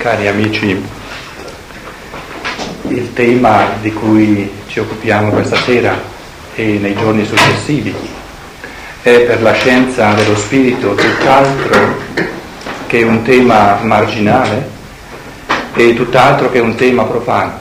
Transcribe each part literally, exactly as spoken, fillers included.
Cari amici, il tema di cui ci occupiamo questa sera e nei giorni successivi è per la scienza dello spirito tutt'altro che un tema marginale e tutt'altro che un tema profano.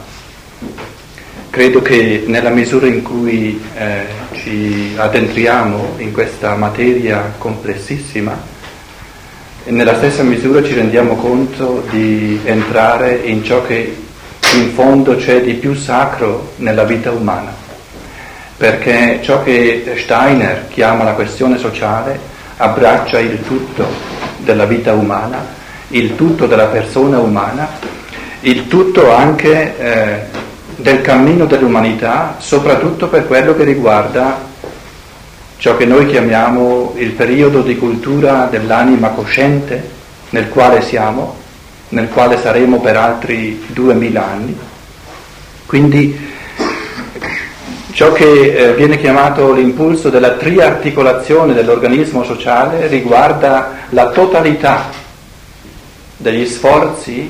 Credo che nella misura in cui eh, ci addentriamo in questa materia complessissima, nella stessa misura ci rendiamo conto di entrare in ciò che in fondo c'è di più sacro nella vita umana, perché ciò che Steiner chiama la questione sociale abbraccia il tutto della vita umana, il tutto della persona umana, il tutto anche eh, del cammino dell'umanità, soprattutto per quello che riguarda ciò che noi chiamiamo il periodo di cultura dell'anima cosciente nel quale siamo, nel quale saremo per altri duemila anni. Quindi ciò che eh, viene chiamato l'impulso della triarticolazione dell'organismo sociale riguarda la totalità degli sforzi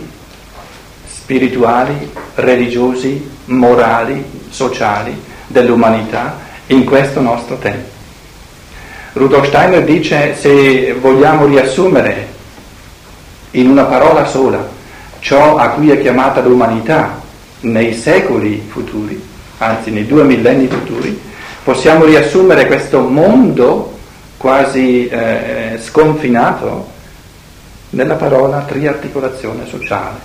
spirituali, religiosi, morali, sociali dell'umanità in questo nostro tempo. Rudolf Steiner dice: se vogliamo riassumere in una parola sola ciò a cui è chiamata l'umanità nei secoli futuri, anzi nei due millenni futuri, possiamo riassumere questo mondo quasi eh, sconfinato nella parola triarticolazione sociale.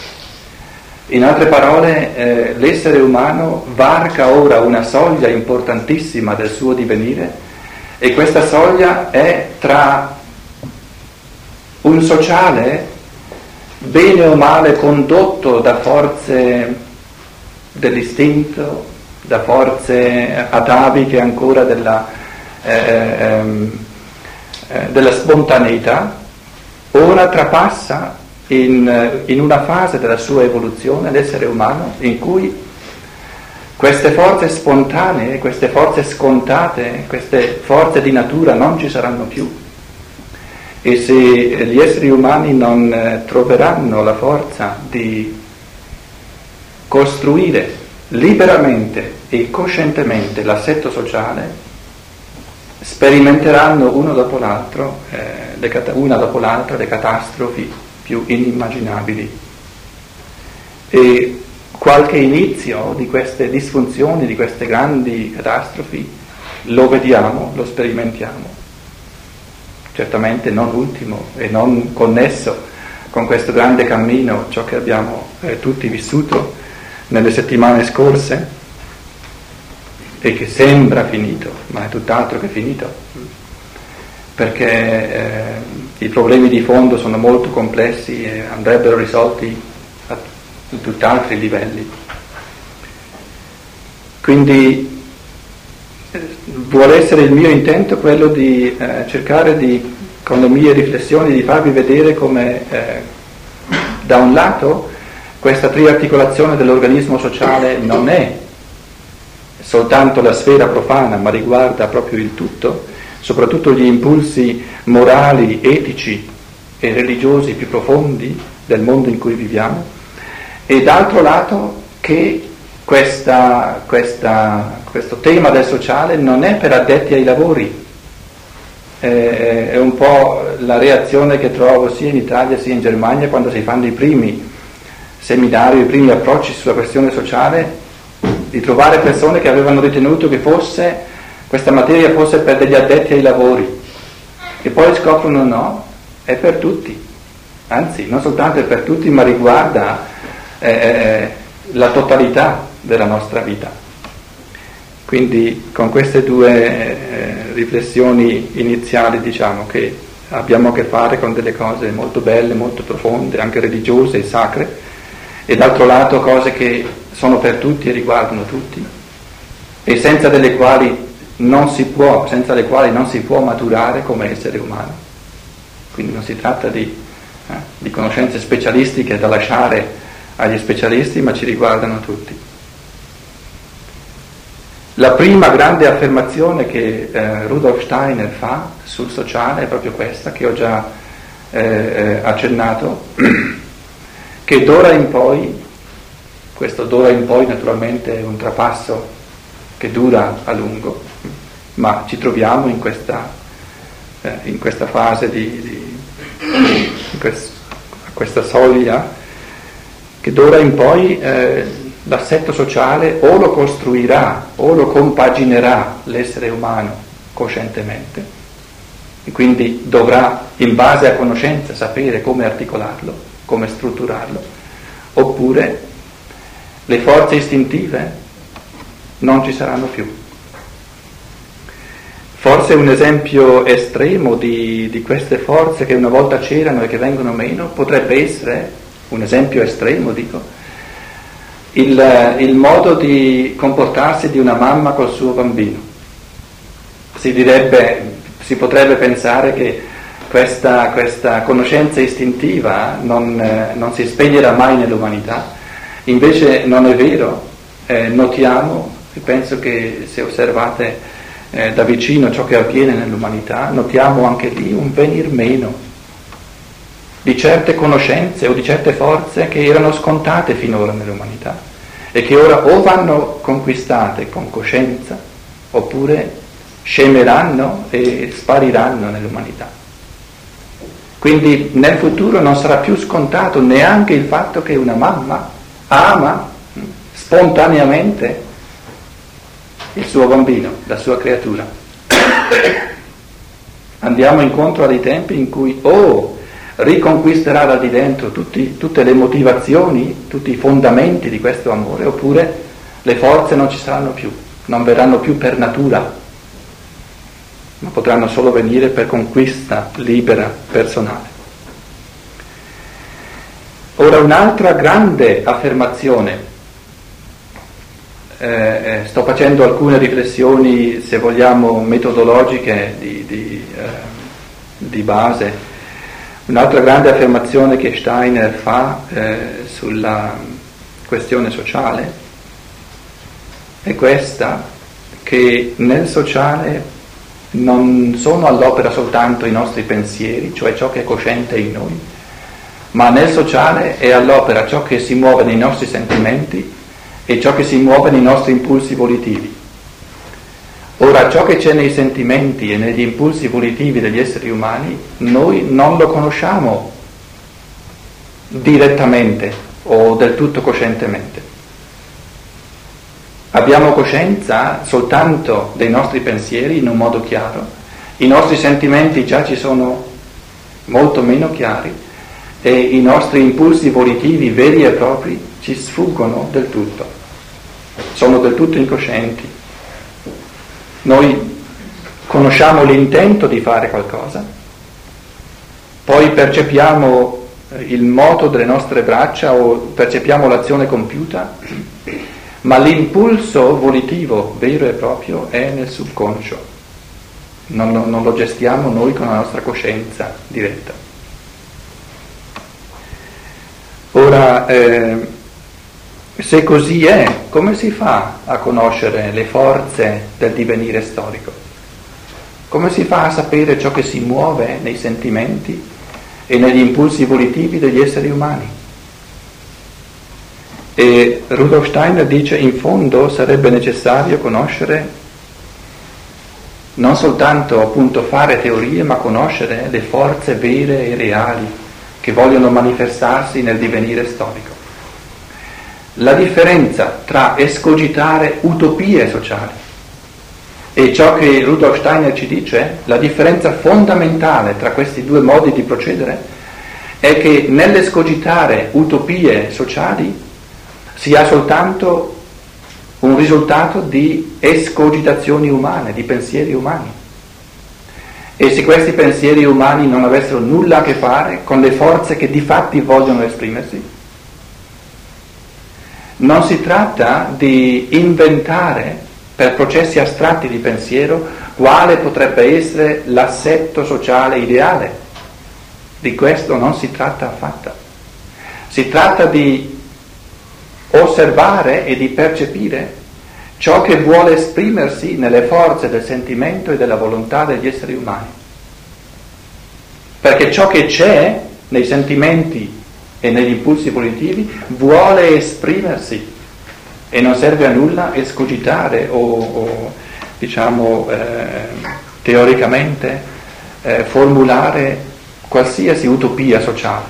In altre parole, eh, l'essere umano varca ora una soglia importantissima del suo divenire, e questa soglia è tra un sociale bene o male condotto da forze dell'istinto, da forze ataviche ancora della, eh, eh, della spontaneità, ora trapassa in, in una fase della sua evoluzione l'essere umano in cui queste forze spontanee, queste forze scontate, queste forze di natura non ci saranno più. E se gli esseri umani non eh, troveranno la forza di costruire liberamente e coscientemente l'assetto sociale, sperimenteranno uno dopo l'altro, eh, le cat- una dopo l'altra le catastrofi più inimmaginabili. E qualche inizio di queste disfunzioni, di queste grandi catastrofi, lo vediamo, lo sperimentiamo. Certamente non ultimo e non connesso con questo grande cammino, ciò che abbiamo eh, tutti vissuto nelle settimane scorse e che sembra finito, ma è tutt'altro che finito, perché eh, i problemi di fondo sono molto complessi e andrebbero risolti su tutt'altri livelli. Quindi eh, vuole essere il mio intento quello di eh, cercare di, con le mie riflessioni, di farvi vedere come eh, da un lato questa triarticolazione dell'organismo sociale non è soltanto la sfera profana, ma riguarda proprio il tutto, soprattutto gli impulsi morali, etici e religiosi più profondi del mondo in cui viviamo, e d'altro lato che questa, questa, questo tema del sociale non è per addetti ai lavori. Eh, è un po' la reazione che trovo sia in Italia sia in Germania quando si fanno i primi seminari, i primi approcci sulla questione sociale, di trovare persone che avevano ritenuto che fosse questa materia fosse per degli addetti ai lavori, e poi scoprono no, è per tutti, anzi non soltanto è per tutti, ma riguarda Eh, la totalità della nostra vita. Quindi con queste due eh, riflessioni iniziali diciamo che abbiamo a che fare con delle cose molto belle, molto profonde, anche religiose e sacre, e d'altro lato cose che sono per tutti e riguardano tutti, e senza delle quali non si può, senza le quali non si può maturare come essere umano. Quindi non si tratta di, eh, di conoscenze specialistiche da lasciare agli specialisti, ma ci riguardano tutti. La prima grande affermazione che eh, Rudolf Steiner fa sul sociale è proprio questa, che ho già eh, accennato, che d'ora in poi, questo d'ora in poi naturalmente è un trapasso che dura a lungo, ma ci troviamo in questa, eh, in questa fase di, di in quest, questa soglia che d'ora in poi eh, l'assetto sociale o lo costruirà o lo compaginerà l'essere umano coscientemente, e quindi dovrà in base a conoscenza sapere come articolarlo, come strutturarlo, oppure le forze istintive non ci saranno più. Forse un esempio estremo di, di queste forze che una volta c'erano e che vengono meno potrebbe essere, un esempio estremo dico, il, il modo di comportarsi di una mamma col suo bambino. Si direbbe, si potrebbe pensare che questa, questa conoscenza istintiva non, eh, non si spegnerà mai nell'umanità, invece non è vero, eh, notiamo, e penso che se osservate Eh, da vicino ciò che avviene nell'umanità, notiamo anche lì un venir meno di certe conoscenze o di certe forze che erano scontate finora nell'umanità e che ora o vanno conquistate con coscienza oppure scemeranno e spariranno nell'umanità. Quindi nel futuro non sarà più scontato neanche il fatto che una mamma ama spontaneamente il suo bambino, la sua creatura. Andiamo incontro a dei tempi in cui o riconquisterà da di dentro tutti, tutte le motivazioni, tutti i fondamenti di questo amore, oppure le forze non ci saranno più, non verranno più per natura, ma potranno solo venire per conquista libera, personale. Ora un'altra grande affermazione, Eh, sto facendo alcune riflessioni, se vogliamo, metodologiche di, di, eh, di base. Un'altra grande affermazione che Steiner fa eh, sulla questione sociale è questa, che nel sociale non sono all'opera soltanto i nostri pensieri, cioè ciò che è cosciente in noi, ma nel sociale è all'opera ciò che si muove nei nostri sentimenti e ciò che si muove nei nostri impulsi volitivi. Ora, ciò che c'è nei sentimenti e negli impulsi volitivi degli esseri umani, noi non lo conosciamo direttamente o del tutto coscientemente. Abbiamo coscienza soltanto dei nostri pensieri in un modo chiaro, i nostri sentimenti già ci sono molto meno chiari e i nostri impulsi volitivi veri e propri ci sfuggono del tutto. Sono del tutto incoscienti. Noi conosciamo l'intento di fare qualcosa, poi percepiamo il moto delle nostre braccia o percepiamo l'azione compiuta, ma l'impulso volitivo vero e proprio è nel subconscio, non lo, non lo gestiamo noi con la nostra coscienza diretta. Ora, eh, se così è, come si fa a conoscere le forze del divenire storico? Come si fa a sapere ciò che si muove nei sentimenti e negli impulsi volitivi degli esseri umani? E Rudolf Steiner dice, in fondo sarebbe necessario conoscere, non soltanto appunto fare teorie, ma conoscere le forze vere e reali che vogliono manifestarsi nel divenire storico. La differenza tra escogitare utopie sociali e ciò che Rudolf Steiner ci dice, la differenza fondamentale tra questi due modi di procedere è che nell'escogitare utopie sociali si ha soltanto un risultato di escogitazioni umane, di pensieri umani. E se questi pensieri umani non avessero nulla a che fare con le forze che di fatti vogliono esprimersi, non si tratta di inventare per processi astratti di pensiero quale potrebbe essere l'assetto sociale ideale. Di questo non si tratta affatto. Si tratta di osservare e di percepire ciò che vuole esprimersi nelle forze del sentimento e della volontà degli esseri umani. Perché ciò che c'è nei sentimenti e negli impulsi volitivi vuole esprimersi e non serve a nulla escogitare o, o diciamo eh, teoricamente eh, formulare qualsiasi utopia sociale.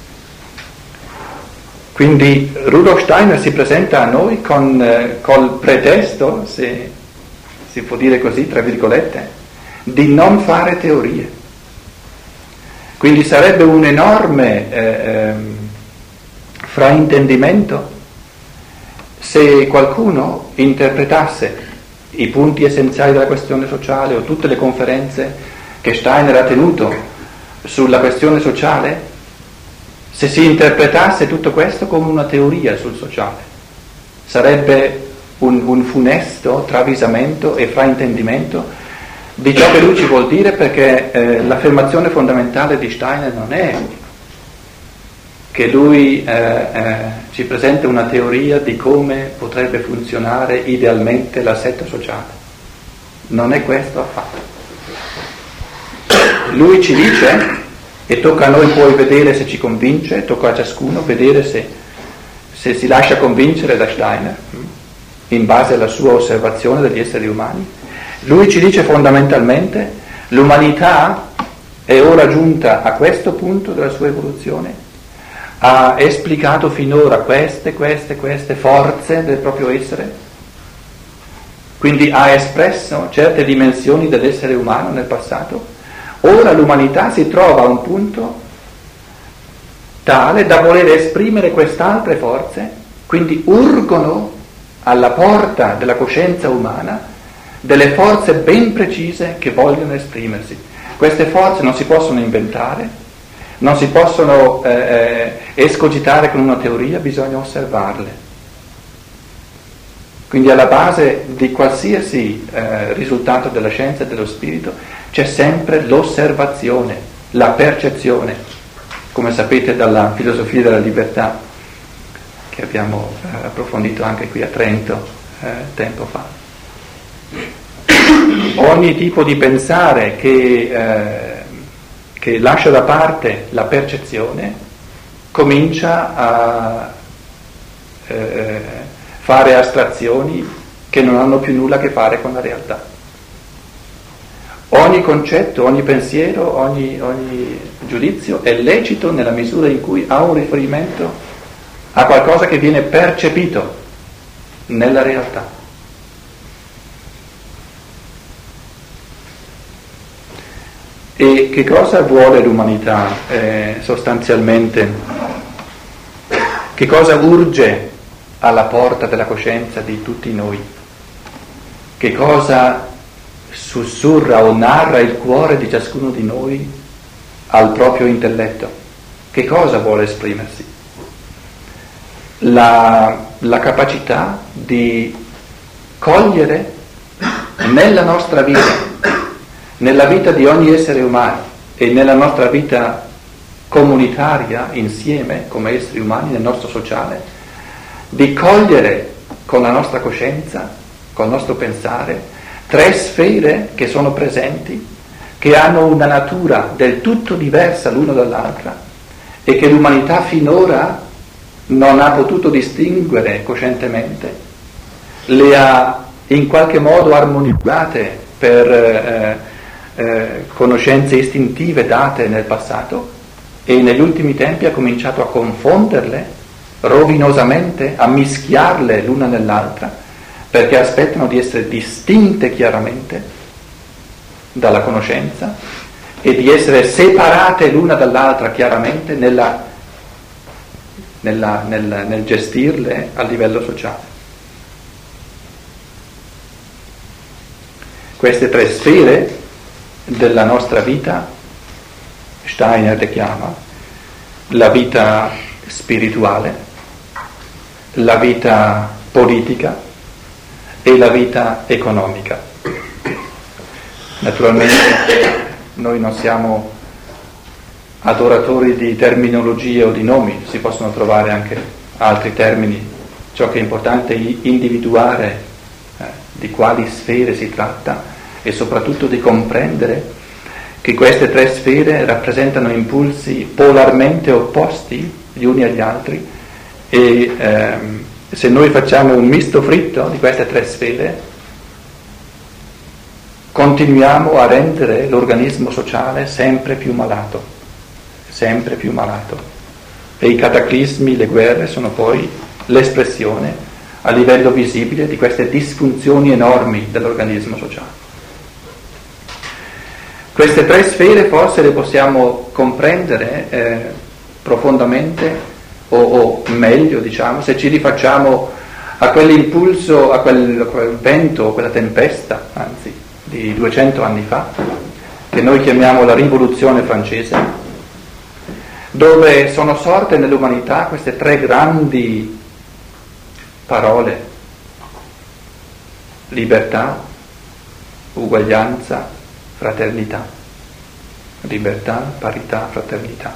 Quindi Rudolf Steiner si presenta a noi con eh, col pretesto, se si può dire così, tra virgolette, di non fare teorie. Quindi sarebbe un enorme eh, eh, fraintendimento se qualcuno interpretasse i punti essenziali della questione sociale o tutte le conferenze che Steiner ha tenuto sulla questione sociale, se si interpretasse tutto questo come una teoria sul sociale. Sarebbe un, un funesto travisamento e fraintendimento di ciò che lui ci vuol dire, perché eh, l'affermazione fondamentale di Steiner non è che lui eh, eh, ci presenta una teoria di come potrebbe funzionare idealmente l'assetto sociale. Non è questo affatto. Lui ci dice, e tocca a noi poi vedere se ci convince, tocca a ciascuno vedere se, se si lascia convincere da Steiner, in base alla sua osservazione degli esseri umani. Lui ci dice fondamentalmente: l'umanità è ora giunta a questo punto della sua evoluzione, ha esplicato finora queste, queste, queste forze del proprio essere, quindi ha espresso certe dimensioni dell'essere umano nel passato. Ora l'umanità si trova a un punto tale da voler esprimere quest'altre forze, quindi urgono alla porta della coscienza umana delle forze ben precise che vogliono esprimersi. Queste forze non si possono inventare, non si possono eh, escogitare con una teoria, bisogna osservarle. Quindi alla base di qualsiasi eh, risultato della scienza e dello spirito c'è sempre l'osservazione, la percezione, come sapete dalla filosofia della libertà che abbiamo eh, approfondito anche qui a Trento eh, tempo fa. Ogni tipo di pensare che, eh, che lascia da parte la percezione comincia a eh, fare astrazioni che non hanno più nulla a che fare con la realtà. Ogni concetto, ogni pensiero, ogni, ogni giudizio è lecito nella misura in cui ha un riferimento a qualcosa che viene percepito nella realtà. E che cosa vuole l'umanità eh, sostanzialmente? Che cosa urge alla porta della coscienza di tutti noi? Che cosa sussurra o narra il cuore di ciascuno di noi al proprio intelletto? Che cosa vuole esprimersi? La, la capacità di cogliere nella nostra vita, nella vita di ogni essere umano e nella nostra vita comunitaria insieme come esseri umani nel nostro sociale, di cogliere con la nostra coscienza, col nostro pensare, tre sfere che sono presenti, che hanno una natura del tutto diversa l'una dall'altra e che l'umanità finora non ha potuto distinguere coscientemente, le ha in qualche modo armonizzate per eh, Eh, conoscenze istintive date nel passato, e negli ultimi tempi ha cominciato a confonderle rovinosamente, a mischiarle l'una nell'altra, perché aspettano di essere distinte chiaramente dalla conoscenza e di essere separate l'una dall'altra chiaramente nella, nella, nel, nel gestirle a livello sociale. Queste tre sfere della nostra vita Steiner le chiama la vita spirituale, la vita politica e la vita economica. Naturalmente noi non siamo adoratori di terminologie o di nomi, si possono trovare anche altri termini. Ciò che è importante è individuare eh, di quali sfere si tratta e soprattutto di comprendere che queste tre sfere rappresentano impulsi polarmente opposti gli uni agli altri, e ehm, se noi facciamo un misto fritto di queste tre sfere, continuiamo a rendere l'organismo sociale sempre più malato, sempre più malato. E i cataclismi, le guerre sono poi l'espressione a livello visibile di queste disfunzioni enormi dell'organismo sociale. Queste tre sfere forse le possiamo comprendere eh, profondamente o, o meglio, diciamo, se ci rifacciamo a quell'impulso, a quel, a quel vento, a quella tempesta, anzi, di duecento anni fa, che noi chiamiamo la rivoluzione francese, dove sono sorte nell'umanità queste tre grandi parole: libertà, uguaglianza, fraternità. Libertà, parità, fraternità.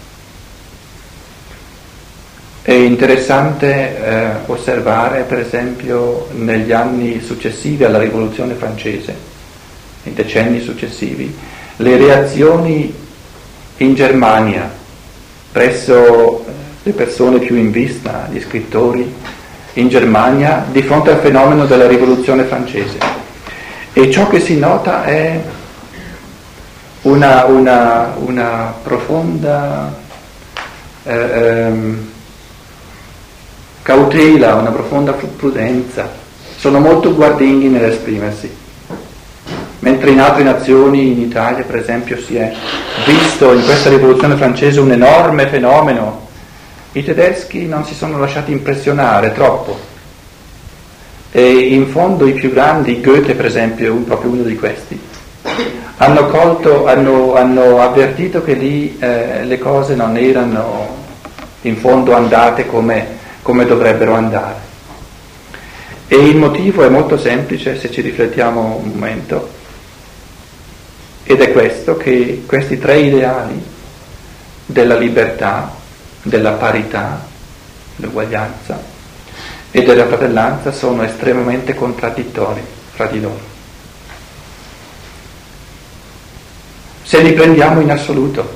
È interessante eh, osservare, per esempio, negli anni successivi alla rivoluzione francese, nei decenni successivi, le reazioni in Germania presso le persone più in vista, gli scrittori in Germania, di fronte al fenomeno della rivoluzione francese. E ciò che si nota è una, una, una profonda eh, ehm, cautela, una profonda prudenza. Sono molto guardinghi nell'esprimersi. Mentre in altre nazioni, in Italia per esempio, si è visto in questa rivoluzione francese un enorme fenomeno, i tedeschi non si sono lasciati impressionare troppo. E in fondo i più grandi, Goethe per esempio è proprio uno di questi, hanno colto, hanno, hanno avvertito che lì eh, le cose non erano in fondo andate come, come dovrebbero andare. E il motivo è molto semplice, se ci riflettiamo un momento, ed è questo, che questi tre ideali della libertà, della parità, dell'uguaglianza e della fratellanza sono estremamente contraddittori fra di loro. Se li prendiamo in assoluto,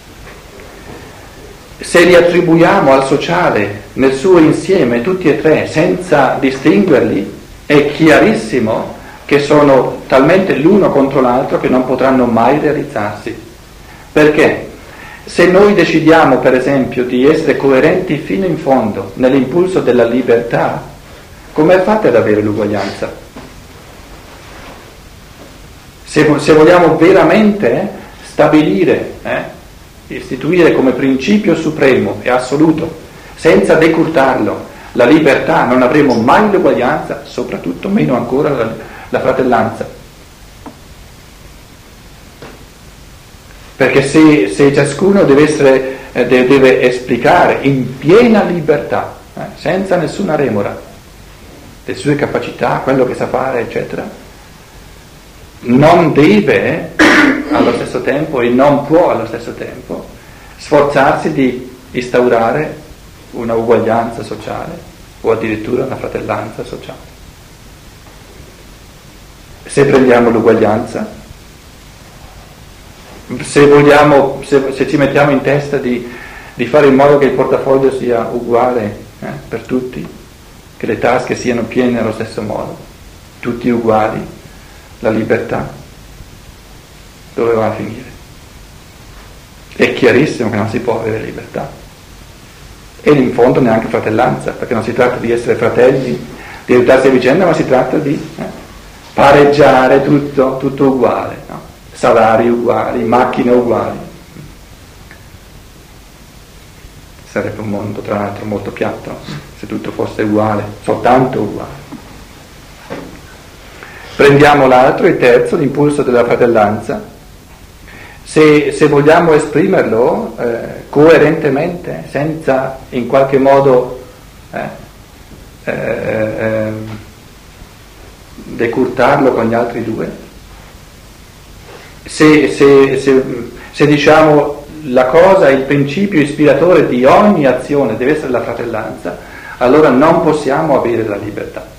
se li attribuiamo al sociale nel suo insieme, tutti e tre, senza distinguerli, è chiarissimo che sono talmente l'uno contro l'altro che non potranno mai realizzarsi. Perché? Se noi decidiamo, per esempio, di essere coerenti fino in fondo nell'impulso della libertà, come fate ad avere l'uguaglianza? Se, se vogliamo veramente stabilire, eh, istituire come principio supremo e assoluto, senza decurtarlo, la libertà, non avremo mai l'uguaglianza, soprattutto meno ancora la, la fratellanza. Perché se, se ciascuno deve, essere, eh, deve esplicare in piena libertà, eh, senza nessuna remora, le sue capacità, quello che sa fare, eccetera, non deve allo stesso tempo e non può allo stesso tempo sforzarsi di instaurare una uguaglianza sociale o addirittura una fratellanza sociale. Se prendiamo l'uguaglianza, se vogliamo, se, se ci mettiamo in testa di, di fare in modo che il portafoglio sia uguale eh, per tutti, che le tasche siano piene allo stesso modo, tutti uguali, la libertà dove va a finire? È chiarissimo che non si può avere libertà e in fondo neanche fratellanza, perché non si tratta di essere fratelli, di aiutarsi a vicenda, ma si tratta di eh, pareggiare tutto, tutto uguale, no? Salari uguali, macchine uguali. Sarebbe un mondo tra l'altro molto piatto se tutto fosse uguale, soltanto uguale. Prendiamo l'altro, il terzo, l'impulso della fratellanza. Se, se vogliamo esprimerlo eh, coerentemente, senza in qualche modo eh, eh, eh, decurtarlo con gli altri due, se, se, se, se diciamo la cosa, il principio ispiratore di ogni azione deve essere la fratellanza, allora non possiamo avere la libertà.